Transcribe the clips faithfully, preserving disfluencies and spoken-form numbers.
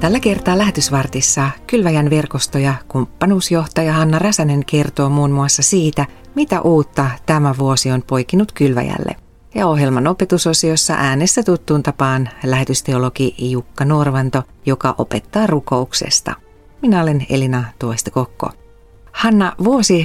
Tällä kertaa lähetysvartissa Kylväjän verkosto ja kumppanuusjohtaja Hanna Räsänen kertoo muun muassa siitä, mitä uutta tämä vuosi on poikinut Kylväjälle. Ja ohjelman opetusosiossa äänessä tuttuun tapaan lähetysteologi Jukka Norvanto, joka opettaa rukouksesta. Minä olen Elina Tuoista-Kokko. Hanna, vuosi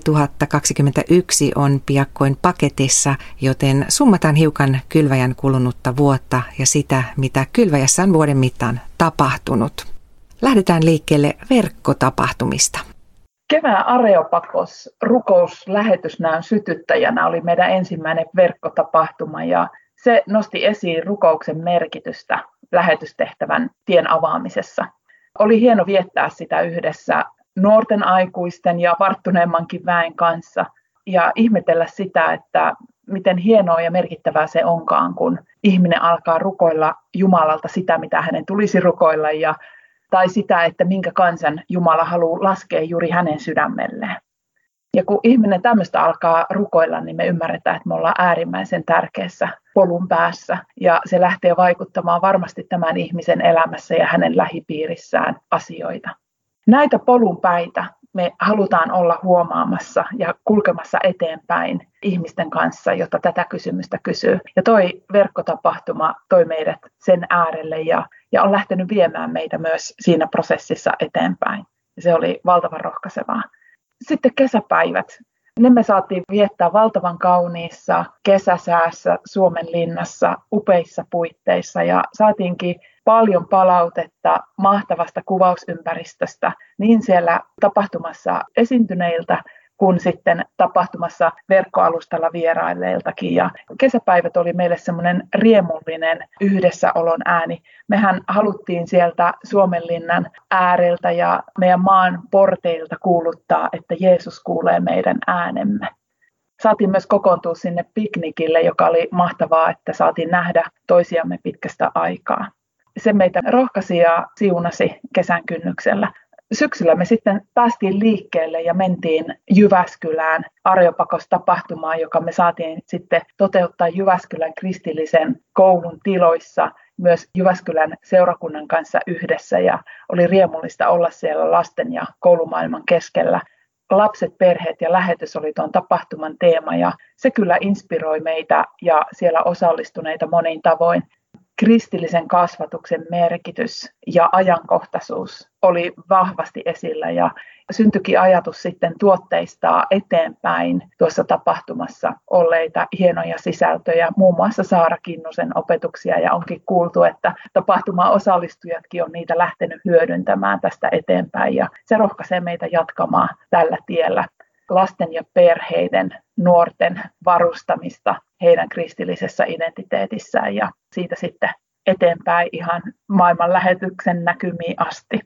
kaksituhattakaksikymmentäyksi on piakkoin paketissa, joten summataan hiukan Kylväjän kulunutta vuotta ja sitä, mitä Kylväjässä on vuoden mittaan tapahtunut. Lähdetään liikkeelle verkkotapahtumista. Kevään Areopagos rukouslähetysnäön sytyttäjänä oli meidän ensimmäinen verkkotapahtuma ja se nosti esiin rukouksen merkitystä lähetystehtävän tien avaamisessa. Oli hieno viettää sitä yhdessä nuorten aikuisten ja varttuneemmankin väen kanssa ja ihmetellä sitä, että miten hienoa ja merkittävää se onkaan, kun ihminen alkaa rukoilla Jumalalta sitä, mitä hänen tulisi rukoilla, ja, tai sitä, että minkä kansan Jumala haluaa laskea juuri hänen sydämelleen. Ja kun ihminen tämmöistä alkaa rukoilla, niin me ymmärretään, että me ollaan äärimmäisen tärkeässä polun päässä, ja se lähtee vaikuttamaan varmasti tämän ihmisen elämässä ja hänen lähipiirissään asioita. Näitä polun päitä me halutaan olla huomaamassa ja kulkemassa eteenpäin ihmisten kanssa, jotta tätä kysymystä kysyy. Ja toi verkkotapahtuma toi meidät sen äärelle ja, ja on lähtenyt viemään meitä myös siinä prosessissa eteenpäin. Ja se oli valtavan rohkaisevaa. Sitten kesäpäivät. Ne me saatiin viettää valtavan kauniissa kesäsäässä Suomenlinnassa upeissa puitteissa ja saatiinkin paljon palautetta mahtavasta kuvausympäristöstä niin siellä tapahtumassa esiintyneiltä kuin sitten tapahtumassa verkkoalustalla vierailleiltakin. Ja kesäpäivät oli meille semmoinen riemullinen yhdessäolon ääni. Mehän haluttiin sieltä Suomenlinnan ääreltä ja meidän maan porteilta kuuluttaa, että Jeesus kuulee meidän äänemme. Saatiin myös kokoontua sinne piknikille, joka oli mahtavaa, että saatiin nähdä toisiamme pitkästä aikaa. Se meitä rohkaisi ja siunasi kesän kynnyksellä. Syksyllä me sitten päästiin liikkeelle ja mentiin Jyväskylään Areopagos-tapahtumaan, joka me saatiin sitten toteuttaa Jyväskylän kristillisen koulun tiloissa myös Jyväskylän seurakunnan kanssa yhdessä. Ja oli riemullista olla siellä lasten ja koulumaailman keskellä. Lapset, perheet ja lähetys oli tuon tapahtuman teema ja se kyllä inspiroi meitä ja siellä osallistuneita monin tavoin. Kristillisen kasvatuksen merkitys ja ajankohtaisuus oli vahvasti esillä ja syntyikin ajatus sitten tuotteistaa eteenpäin tuossa tapahtumassa olleita hienoja sisältöjä, muun muassa Saara Kinnusen opetuksia ja onkin kuultu, että tapahtumaan osallistujatkin on niitä lähtenyt hyödyntämään tästä eteenpäin ja se rohkaisee meitä jatkamaan tällä tiellä lasten ja perheiden, nuorten varustamista heidän kristillisessä identiteetissään ja siitä sitten eteenpäin ihan maailman lähetyksen näkymiin asti.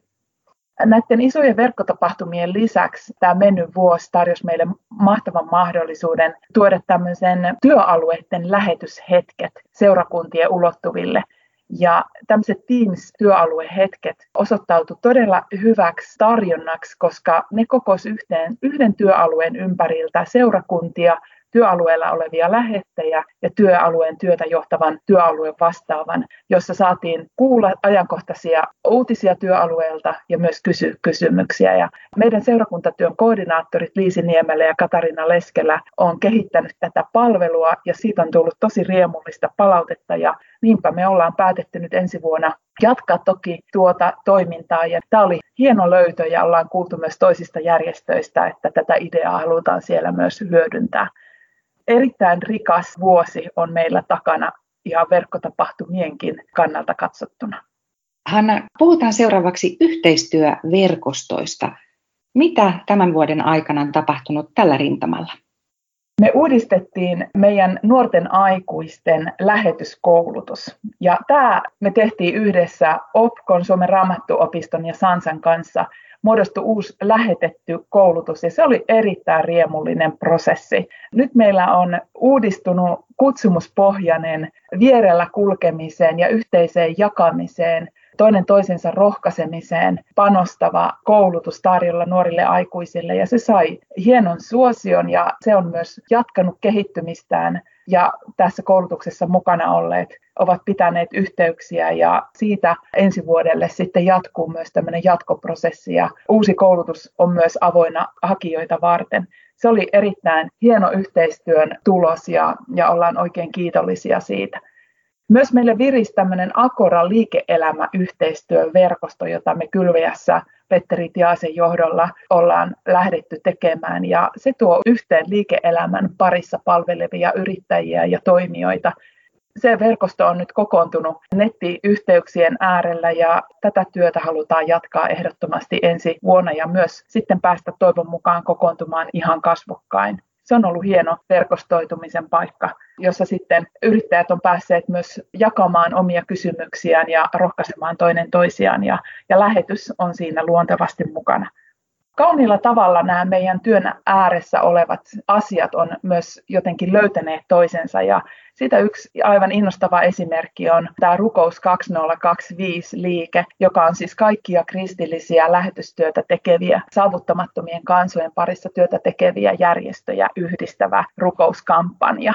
Näiden isojen verkkotapahtumien lisäksi tämä mennyt vuosi tarjosi meille mahtavan mahdollisuuden tuoda tämmöisen työalueiden lähetyshetket seurakuntien ulottuville. Ja tämmöiset Teams-työaluehetket osoittautui todella hyväksi tarjonnaksi, koska ne kokosi yhteen yhden työalueen ympäriltä seurakuntia, työalueella olevia lähettejä ja työalueen työtä johtavan työalueen vastaavan, jossa saatiin kuulla ajankohtaisia uutisia työalueelta ja myös kysyä kysymyksiä. Ja meidän seurakuntatyön koordinaattorit Liisi Niemelä ja Katarina Leskelä on kehittänyt tätä palvelua ja siitä on tullut tosi riemullista palautetta ja niinpä me ollaan päätetty nyt ensi vuonna jatkaa toki tuota toimintaa ja tämä oli hieno löytö ja ollaan kuultu myös toisista järjestöistä, että tätä ideaa halutaan siellä myös hyödyntää. Erittäin rikas vuosi on meillä takana ihan verkkotapahtumienkin kannalta katsottuna. Hanna, puhutaan seuraavaksi yhteistyöverkostoista. Mitä tämän vuoden aikana on tapahtunut tällä rintamalla? Me uudistettiin meidän nuorten aikuisten lähetyskoulutus. Ja tämä me tehtiin yhdessä O P K:n, Suomen Raamattuopiston ja Sansan kanssa. Muodostui uusi lähetetty koulutus ja se oli erittäin riemullinen prosessi. Nyt meillä on uudistunut kutsumuspohjainen vierellä kulkemiseen ja yhteiseen jakamiseen, toinen toisensa rohkaisemiseen panostava koulutus tarjolla nuorille aikuisille ja se sai hienon suosion ja se on myös jatkanut kehittymistään ja tässä koulutuksessa mukana olleet ovat pitäneet yhteyksiä ja siitä ensi vuodelle sitten jatkuu myös tämmöinen jatkoprosessi ja uusi koulutus on myös avoinna hakijoita varten. Se oli erittäin hieno yhteistyön tulos ja, ja ollaan oikein kiitollisia siitä. Myös meille virisi tämmöinen Agora liike-elämä-yhteistyöverkosto, jota me Kylväjässä Petteri Tiaisen johdolla ollaan lähdetty tekemään. Ja se tuo yhteen liike-elämän parissa palvelevia yrittäjiä ja toimijoita. Se verkosto on nyt kokoontunut nettiyhteyksien äärellä ja tätä työtä halutaan jatkaa ehdottomasti ensi vuonna ja myös sitten päästä toivon mukaan kokoontumaan ihan kasvokkain. Se on ollut hieno verkostoitumisen paikka, jossa sitten yrittäjät on päässeet myös jakamaan omia kysymyksiään ja rohkaisemaan toinen toisiaan ja, ja lähetys on siinä luontevasti mukana. Kauniilla tavalla nämä meidän työn ääressä olevat asiat on myös jotenkin löytäneet toisensa ja siitä yksi aivan innostava esimerkki on tämä Rukous kaksituhattakaksikymmentäviisi-liike, joka on siis kaikkia kristillisiä lähetystyötä tekeviä, saavuttamattomien kansojen parissa työtä tekeviä järjestöjä yhdistävä rukouskampanja.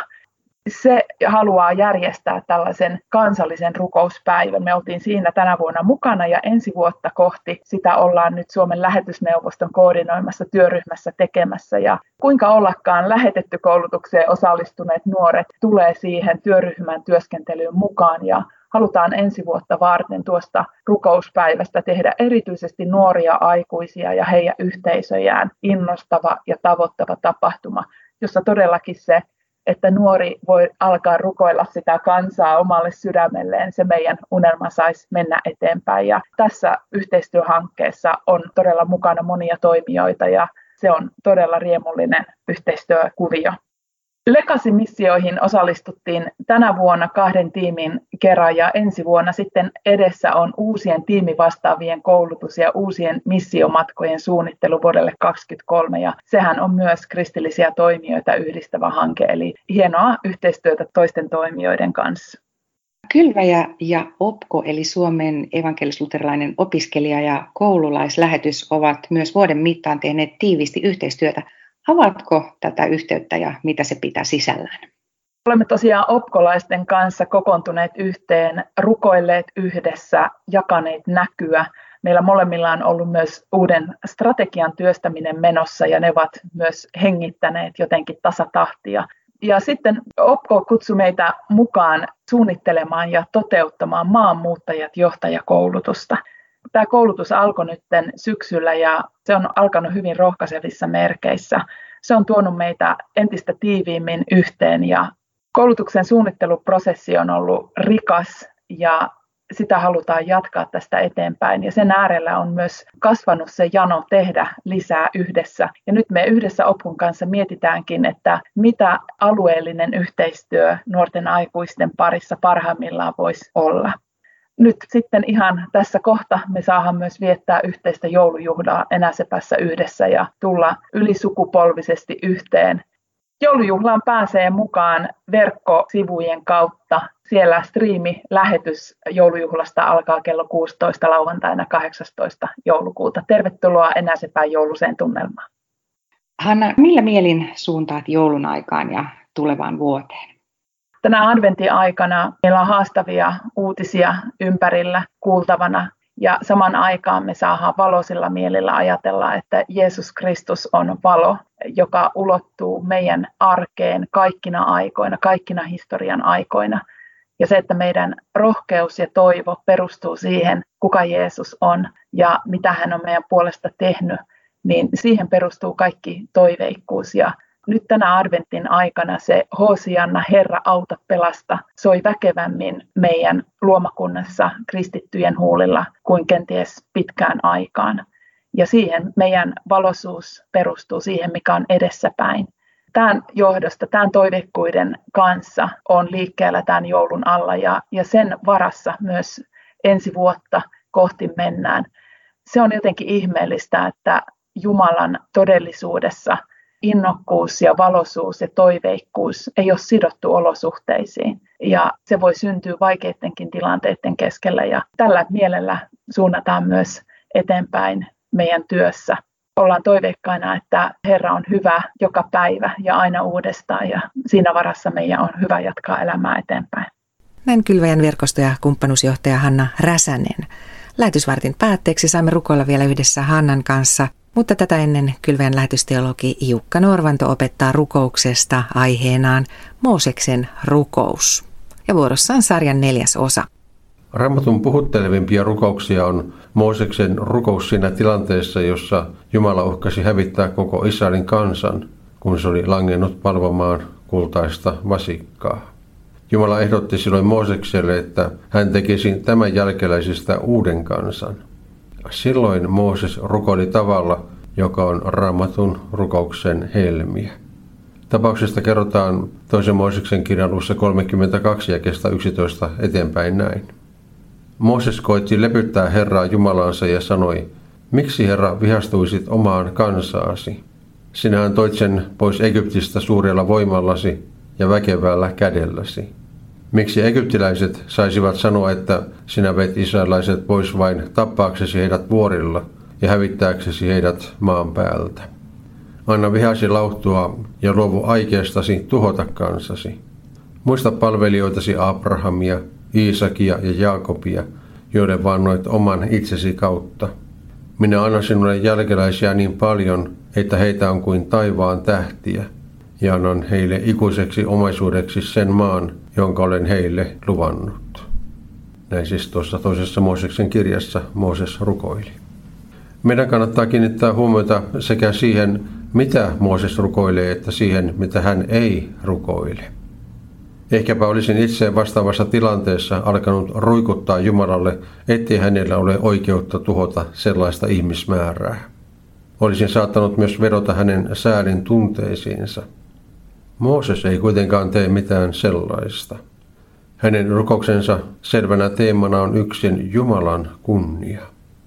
Se haluaa järjestää tällaisen kansallisen rukouspäivän. Me oltiin siinä tänä vuonna mukana ja ensi vuotta kohti sitä ollaan nyt Suomen lähetysneuvoston koordinoimassa työryhmässä tekemässä. Ja kuinka ollakaan lähetetty koulutukseen osallistuneet nuoret tulee siihen työryhmän työskentelyyn mukaan ja halutaan ensi vuotta varten tuosta rukouspäivästä tehdä erityisesti nuoria aikuisia ja heidän yhteisöjään innostava ja tavoittava tapahtuma, jossa todellakin se että nuori voi alkaa rukoilla sitä kansaa omalle sydämelleen, se meidän unelma saisi mennä eteenpäin. Ja tässä yhteistyöhankkeessa on todella mukana monia toimijoita ja se on todella riemullinen yhteistyökuvio. Legacy-missioihin osallistuttiin tänä vuonna kahden tiimin kerran ja ensi vuonna sitten edessä on uusien tiimivastaavien koulutus ja uusien missiomatkojen suunnittelu vuodelle kaksikymmentäkolme ja sehän on myös kristillisiä toimijoita yhdistävä hanke, eli hienoa yhteistyötä toisten toimijoiden kanssa. Kylväjä ja OPKO eli Suomen evankelis-luterilainen opiskelija- ja koululaislähetys ovat myös vuoden mittaan tehneet tiiviisti yhteistyötä. Avaatko tätä yhteyttä ja mitä se pitää sisällään? Olemme tosiaan opkolaisten kanssa kokoontuneet yhteen, rukoilleet yhdessä, jakaneet näkyä. Meillä molemmilla on ollut myös uuden strategian työstäminen menossa ja ne ovat myös hengittäneet jotenkin tasatahtia. Ja sitten OPKO kutsui meitä mukaan suunnittelemaan ja toteuttamaan maanmuuttajat johtajakoulutusta. Tämä koulutus alkoi nyt syksyllä ja se on alkanut hyvin rohkaisevissa merkeissä. Se on tuonut meitä entistä tiiviimmin yhteen ja koulutuksen suunnitteluprosessi on ollut rikas ja sitä halutaan jatkaa tästä eteenpäin. Ja sen äärellä on myös kasvanut se jano tehdä lisää yhdessä. Ja nyt me yhdessä OPKOn kanssa mietitäänkin, että mitä alueellinen yhteistyö nuorten aikuisten parissa parhaimmillaan voisi olla. Nyt sitten ihan tässä kohta me saadaan myös viettää yhteistä joulujuhlaa Enäsepässä yhdessä ja tulla ylisukupolvisesti yhteen. Joulujuhlaan pääsee mukaan verkkosivujen kautta. Siellä striimi-lähetys joulujuhlasta alkaa kello kuusitoista lauantaina kahdeksastoista joulukuuta. Tervetuloa Enäsepän jouluseen tunnelmaan. Hanna, millä mielin suuntaat joulun aikaan ja tulevaan vuoteen? Tänä adventin aikana meillä on haastavia uutisia ympärillä kuultavana ja saman aikaan me saadaan valoisilla mielillä ajatella, että Jeesus Kristus on valo, joka ulottuu meidän arkeen kaikkina aikoina, kaikkina historian aikoina. Ja se, että meidän rohkeus ja toivo perustuu siihen, kuka Jeesus on ja mitä hän on meidän puolesta tehnyt, niin siihen perustuu kaikki toiveikkuus. Ja nyt tänä adventin aikana se Hosianna, Herra auta pelasta, soi väkevämmin meidän luomakunnassa kristittyjen huulilla kuin kenties pitkään aikaan. Ja siihen meidän valoisuus perustuu siihen, mikä on edessäpäin. Tämän johdosta, tämän toiveikkuuden kanssa on liikkeellä tämän joulun alla ja, ja sen varassa myös ensi vuotta kohti mennään. Se on jotenkin ihmeellistä, että Jumalan todellisuudessa innokkuus ja valoisuus ja toiveikkuus ei ole sidottu olosuhteisiin. Ja se voi syntyä vaikeidenkin tilanteiden keskellä ja tällä mielellä suunnataan myös eteenpäin meidän työssä. ollaan toiveikkaina, että Herra on hyvä joka päivä ja aina uudestaan ja siinä varassa meidän on hyvä jatkaa elämää eteenpäin. Näin Kylväjän verkosto- ja kumppanuusjohtaja Hanna Räsänen. Lähetysvartin päätteeksi saamme rukoilla vielä yhdessä Hannan kanssa, mutta tätä ennen Kylväjän lähetysteologi Jukka Norvanto opettaa rukouksesta aiheenaan Mooseksen rukous. Ja vuorossa on sarjan neljäs osa. Raamatun puhuttelevimpia rukouksia on Mooseksen rukous siinä tilanteessa, jossa Jumala uhkasi hävittää koko Israelin kansan, kun se oli langennut palvomaan kultaista vasikkaa. Jumala ehdotti silloin Moosekselle, että hän tekisi tämän jälkeläisistä uuden kansan. Silloin Mooses rukoili tavalla, joka on Raamatun rukouksen helmiä. Tapauksesta kerrotaan toisen Mooseksen kirjan luvussa kolmekymmentäkaksi ja kestä yksitoista eteenpäin näin. Mooses koitti lepyttää Herraa Jumalaansa ja sanoi, miksi Herra vihastuisit omaan kansaasi? Sinähän toit sen pois Egyptistä suurella voimallasi ja väkevällä kädelläsi. Miksi egyptiläiset saisivat sanoa, että sinä veit israelaiset pois vain tappaaksesi heidät vuorilla ja hävittääksesi heidät maan päältä? Anna vihasi lauhtua ja luovu aikeestasi tuhota kansasi. Muista palvelijoitasi Abrahamia, Iisakia ja Jaakobia, joille vannoit oman itsesi kautta. Minä annan sinulle jälkeläisiä niin paljon, että heitä on kuin taivaan tähtiä, ja annan heille ikuiseksi omaisuudeksi sen maan, jonka olen heille luvannut. Näin siis tuossa toisessa Mooseksen kirjassa Mooses rukoili. Meidän kannattaa kiinnittää huomiota sekä siihen, mitä Mooses rukoilee, että siihen, mitä hän ei rukoile. Ehkäpä olisin itse vastaavassa tilanteessa alkanut ruikuttaa Jumalalle, ettei hänellä ole oikeutta tuhota sellaista ihmismäärää. Olisin saattanut myös vedota hänen säälin tunteisiinsa. Mooses ei kuitenkaan tee mitään sellaista. Hänen rukouksensa selvänä teemana on yksin Jumalan kunnia.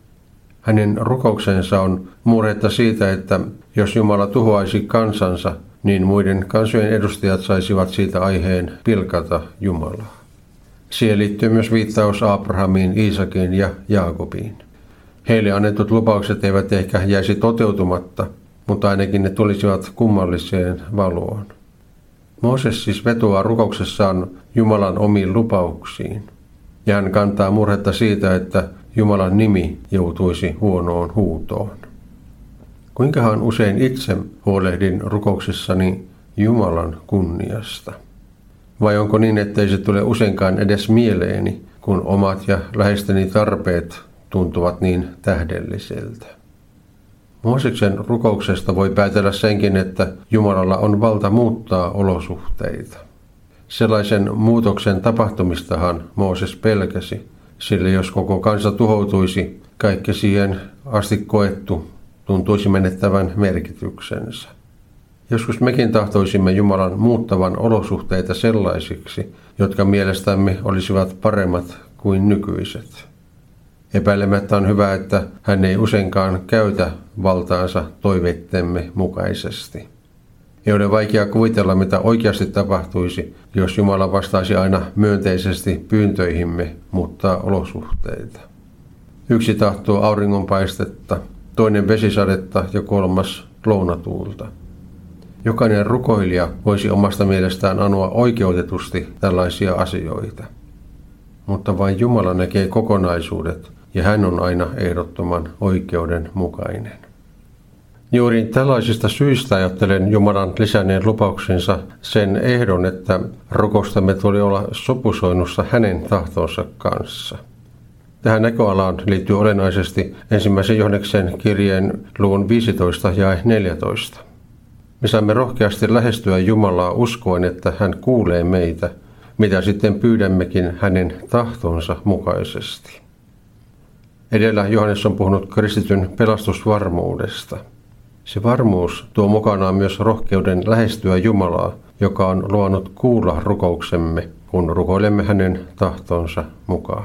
Hänen rukouksensa on murhetta siitä, että jos Jumala tuhoaisi kansansa, niin muiden kansojen edustajat saisivat siitä aiheen pilkata Jumalaa. Siihen liittyy myös viittaus Abrahamiin, Iisakiin ja Jaakobiin. Heille annetut lupaukset eivät ehkä jäisi toteutumatta, mutta ainakin ne tulisivat kummalliseen valoon. Mooses siis vetoaa rukouksessaan Jumalan omiin lupauksiin, ja hän kantaa murhetta siitä, että Jumalan nimi joutuisi huonoon huutoon. Kuinkahan usein itse huolehdin rukouksissani Jumalan kunniasta? Vai onko niin, ettei se tule useinkaan edes mieleeni, kun omat ja läheisteni tarpeet tuntuvat niin tähdelliseltä? Mooseksen rukouksesta voi päätellä senkin, että Jumalalla on valta muuttaa olosuhteita. Sellaisen muutoksen tapahtumistahan Mooses pelkäsi, sillä jos koko kansa tuhoutuisi, kaikki siihen asti koettu tuntuisi menettävän merkityksensä. Joskus mekin tahtoisimme Jumalan muuttavan olosuhteita sellaisiksi, jotka mielestämme olisivat paremmat kuin nykyiset. Epäilemättä on hyvä, että hän ei useinkaan käytä valtaansa toiveittemme mukaisesti. Ei ole vaikea kuvitella, mitä oikeasti tapahtuisi, jos Jumala vastaisi aina myönteisesti pyyntöihimme muuttaa olosuhteita. Yksi tahtoo auringonpaistetta, toinen vesisadetta ja kolmas lounatuulta. Jokainen rukoilija voisi omasta mielestään anoa oikeutetusti tällaisia asioita. Mutta vain Jumala näkee kokonaisuudet ja hän on aina ehdottoman oikeudenmukainen. Juuri tällaisista syistä ajattelen Jumalan lisäneen lupauksensa sen ehdon, että rukoustamme tuli olla sopusoinnussa hänen tahtonsa kanssa. Tähän näköalaan liittyy olennaisesti ensimmäisen Johanneksen kirjeen luvun viisitoista ja neljätoista. Me saamme rohkeasti lähestyä Jumalaa uskoen, että hän kuulee meitä, mitä sitten pyydämmekin hänen tahtonsa mukaisesti. Edellä Johannes on puhunut kristityn pelastusvarmuudesta. Se varmuus tuo mukanaan myös rohkeuden lähestyä Jumalaa, joka on luvannut kuulla rukouksemme, kun rukoilemme hänen tahtonsa mukaan.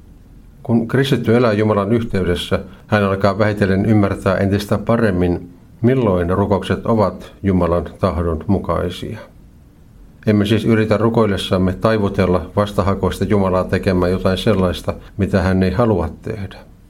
Kun kristitty elää Jumalan yhteydessä, hän alkaa vähitellen ymmärtää entistä paremmin, milloin rukoukset ovat Jumalan tahdon mukaisia. Emme siis yritä rukoillessamme taivutella vastahakoista Jumalaa tekemään jotain sellaista, mitä hän ei halua tehdä.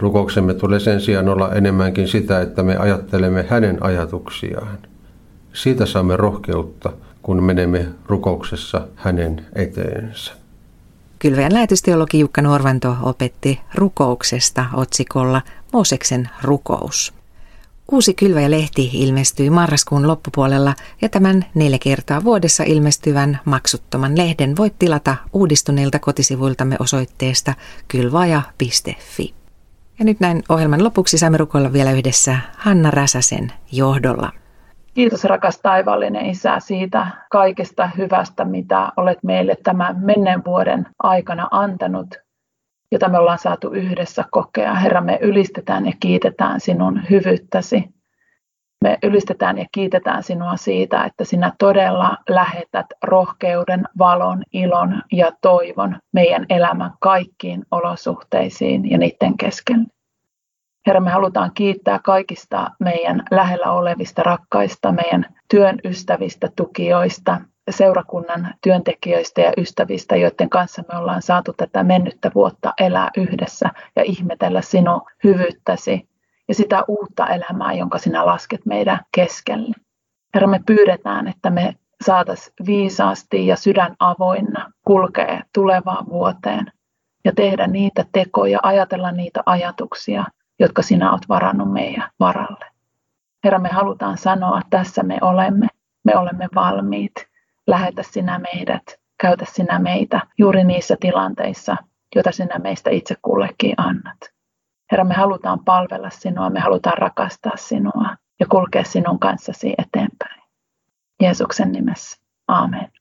Rukouksemme tulee sen sijaan olla enemmänkin sitä, että me ajattelemme hänen ajatuksiaan. Siitä saamme rohkeutta, kun menemme rukouksessa hänen eteensä. Kylväjän lähetysteologi Jukka Norvanto opetti rukouksesta otsikolla Mooseksen rukous. Uusi Kylväjä-lehti ilmestyi marraskuun loppupuolella ja tämän neljä kertaa vuodessa ilmestyvän maksuttoman lehden voit tilata uudistuneilta kotisivuiltamme osoitteesta kylvaja piste fi. Ja nyt näin ohjelman lopuksi saamme rukoilla vielä yhdessä Hanna Räsäsen johdolla. Kiitos rakas taivaallinen Isä siitä kaikesta hyvästä, mitä olet meille tämän menneen vuoden aikana antanut, jota me ollaan saatu yhdessä kokea. Herra, me ylistetään ja kiitetään sinun hyvyyttäsi. Me ylistetään ja kiitetään sinua siitä, että sinä todella lähetät rohkeuden, valon, ilon ja toivon meidän elämän kaikkiin olosuhteisiin ja niiden keskellä. Herra, me halutaan kiittää kaikista meidän lähellä olevista rakkaista, meidän työn ystävistä, tukijoista, seurakunnan työntekijöistä ja ystävistä, joiden kanssa me ollaan saatu tätä mennyttä vuotta elää yhdessä ja ihmetellä sinun hyvyyttäsi ja sitä uutta elämää, jonka sinä lasket meidän keskelle. Herra, me pyydetään, että me saataisiin viisaasti ja sydän avoinna kulkea tulevaan vuoteen ja tehdä niitä tekoja, ajatella niitä ajatuksia, jotka sinä olet varannut meidän varalle. Herra, me halutaan sanoa, että tässä me olemme, me olemme valmiit. Lähetä sinä meidät, käytä sinä meitä juuri niissä tilanteissa, joita sinä meistä itse kullekin annat. Herra, me halutaan palvella sinua, me halutaan rakastaa sinua ja kulkea sinun kanssasi eteenpäin. Jeesuksen nimessä. Aamen.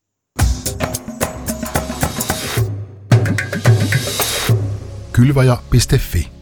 Kylväjä piste fi